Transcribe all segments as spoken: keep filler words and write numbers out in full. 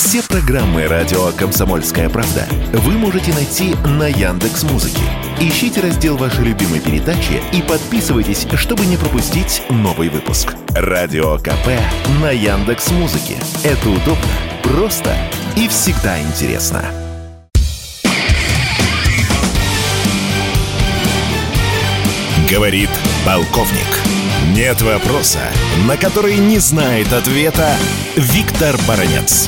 Все программы радио «Комсомольская правда» вы можете найти на Яндекс.Музыке. Ищите раздел вашей любимой передачи и подписывайтесь, чтобы не пропустить новый выпуск. Радио КП на Яндекс.Музыке. Это удобно, просто и всегда интересно. Говорит полковник. Нет вопроса, на который не знает ответа Виктор Баранец.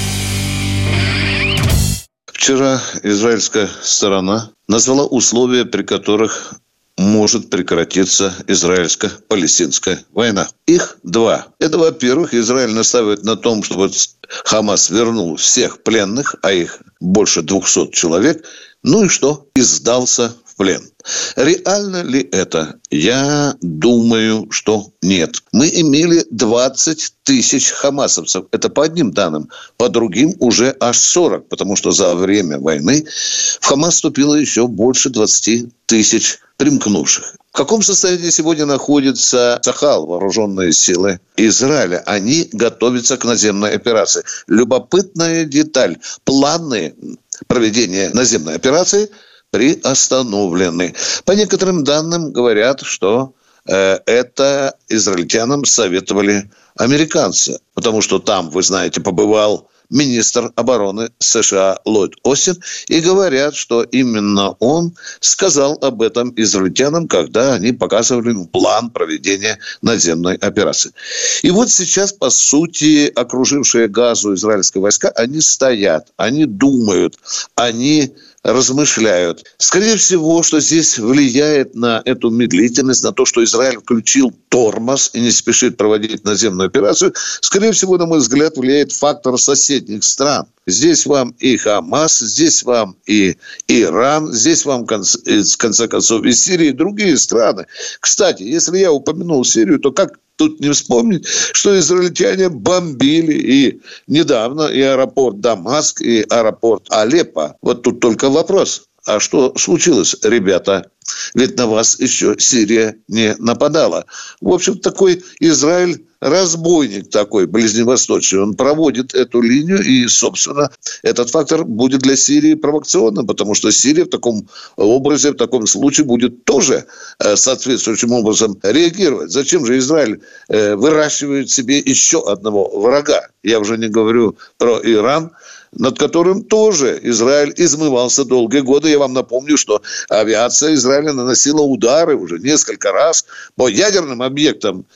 Вчера израильская сторона назвала условия, при которых может прекратиться израильско-палестинская война. Их два. Это, во-первых, Израиль настаивает на том, чтобы Хамас вернул всех пленных, а их больше двухсот человек, ну и что? И сдался в плен. Реально ли это? Я думаю, что нет. Мы имели двадцать тысяч хамасовцев. Это по одним данным. По другим уже аж сорок. Потому что за время войны в Хамас вступило еще больше двадцати тысяч примкнувших. В каком состоянии сегодня находится Цахал, вооруженные силы Израиля? Они готовятся к наземной операции. Любопытная деталь. Планы проведения наземной операции приостановлены. По некоторым данным говорят, что э, это израильтянам советовали американцы. Потому что там, вы знаете, побывал министр обороны США Ллойд Остин. И говорят, что именно он сказал об этом израильтянам, когда они показывали план проведения наземной операции. И вот сейчас, по сути, окружившие Газу израильские войска, они стоят, они думают, они размышляют. Скорее всего, что здесь влияет на эту медлительность, на то, что Израиль включил тормоз и не спешит проводить наземную операцию. Скорее всего, на мой взгляд, влияет фактор соседних стран. Здесь вам и Хамас, здесь вам и Иран, здесь вам, в конце концов, и Сирия, и другие страны. Кстати, если я упомянул Сирию, то как тут не вспомнить, что израильтяне бомбили и недавно и аэропорт Дамаск, и аэропорт Алеппо. Вот тут только вопрос. А что случилось, ребята? Ведь на вас еще Сирия не нападала. В общем, такой Израиль разбойник такой, ближневосточный. Он проводит эту линию, и, собственно, этот фактор будет для Сирии провокационным, потому что Сирия в таком образе, в таком случае будет тоже соответствующим образом реагировать. Зачем же Израиль выращивает себе еще одного врага? Я уже не говорю про Иран, над которым тоже Израиль измывался долгие годы. Я вам напомню, что авиация Израиля наносила удары уже несколько раз по ядерным объектам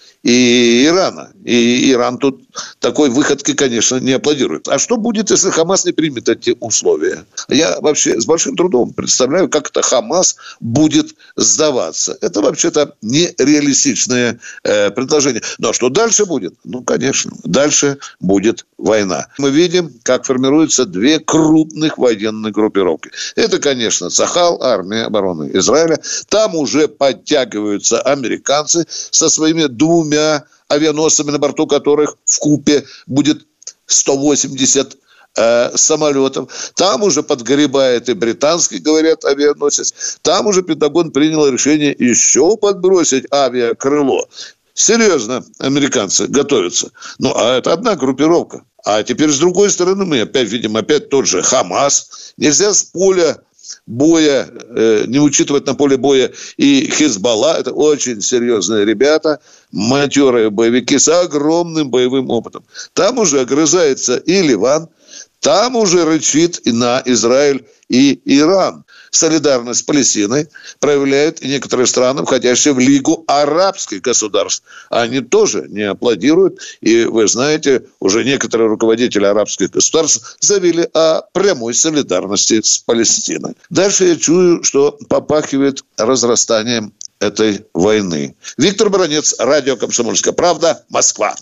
и Ирана. И Иран тут такой выходки, конечно, не аплодирует. А что будет, если Хамас не примет эти условия? Я вообще с большим трудом представляю, как это Хамас будет сдаваться. Это вообще-то нереалистичное э, предложение. Ну, а что дальше будет? Ну, конечно, дальше будет война. Мы видим, как формируются две крупных военных группировки. Это, конечно, Цахал, армия обороны Израиля. Там уже подтягиваются американцы со своими двумя авианосцами, на борту которых вкупе будет сто восемьдесят э, самолетов. Там уже подгребает и британский, говорят, авианосец. Там уже Пентагон принял решение еще подбросить авиакрыло. Серьезно, американцы готовятся. Ну, а это одна группировка. А теперь, с другой стороны, мы опять видим опять тот же Хамас. Нельзя с поля боя, э, не учитывать на поле боя и Хизбалла. Это очень серьезные ребята, матерые боевики с огромным боевым опытом. Там уже огрызается и Ливан, там уже рычит и на Израиль и Иран. Солидарность с Палестиной проявляют и некоторые страны, входящие в Лигу арабских государств. Они тоже не аплодируют. И вы знаете, уже некоторые руководители арабских государств заявили о прямой солидарности с Палестиной. Дальше я чую, что попахивает разрастанием этой войны. Виктор Баранец, радио «Комсомольская правда», Москва.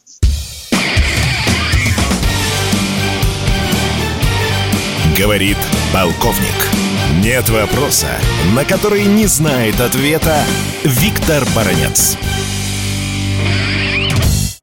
Говорит полковник. Нет вопроса, на который не знает ответа Виктор Баранец.